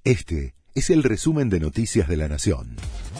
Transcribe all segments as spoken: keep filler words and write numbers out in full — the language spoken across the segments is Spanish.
Este es el resumen de Noticias de la Nación.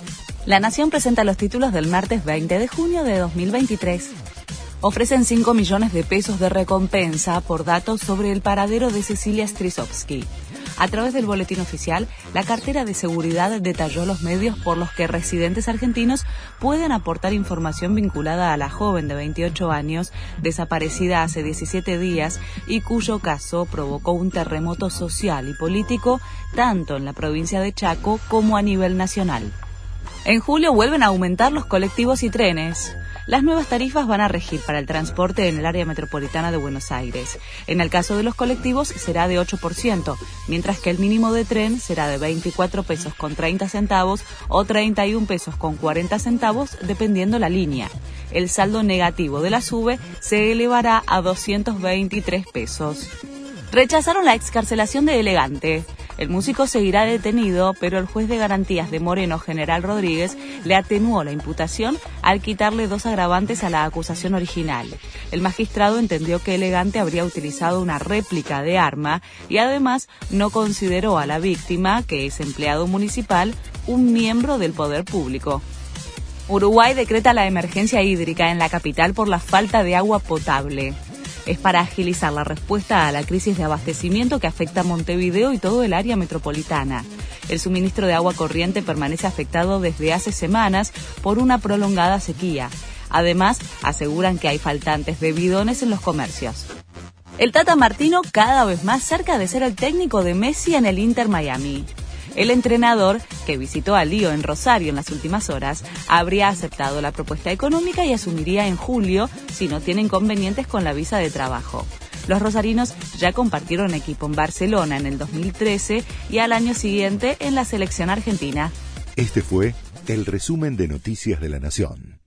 La Nación presenta los títulos del martes veinte de junio de dos mil veintitrés. Ofrecen cinco millones de pesos de recompensa por datos sobre el paradero de Cecilia Strisovsky. A través del boletín oficial, la cartera de seguridad detalló los medios por los que residentes argentinos pueden aportar información vinculada a la joven de veintiocho años, desaparecida hace diecisiete días y cuyo caso provocó un terremoto social y político tanto en la provincia de Chaco como a nivel nacional. En julio vuelven a aumentar los colectivos y trenes. Las nuevas tarifas van a regir para el transporte en el área metropolitana de Buenos Aires. En el caso de los colectivos será de ocho por ciento, mientras que el mínimo de tren será de veinticuatro pesos con treinta centavos o treinta y un pesos con cuarenta centavos, dependiendo la línea. El saldo negativo de la SUBE se elevará a doscientos veintitrés pesos. Rechazaron la excarcelación de Elegante. El músico seguirá detenido, pero el juez de garantías de Moreno, General Rodríguez, le atenuó la imputación al quitarle dos agravantes a la acusación original. El magistrado entendió que Elegante habría utilizado una réplica de arma y además no consideró a la víctima, que es empleado municipal, un miembro del poder público. Uruguay decreta la emergencia hídrica en la capital por la falta de agua potable. Es para agilizar la respuesta a la crisis de abastecimiento que afecta a Montevideo y todo el área metropolitana. El suministro de agua corriente permanece afectado desde hace semanas por una prolongada sequía. Además, aseguran que hay faltantes de bidones en los comercios. El Tata Martino cada vez más cerca de ser el técnico de Messi en el Inter Miami. El entrenador, que visitó a Lío en Rosario en las últimas horas, habría aceptado la propuesta económica y asumiría en julio si no tiene inconvenientes con la visa de trabajo. Los rosarinos ya compartieron equipo en Barcelona en el dos mil trece y al año siguiente en la selección argentina. Este fue el resumen de Noticias de la Nación.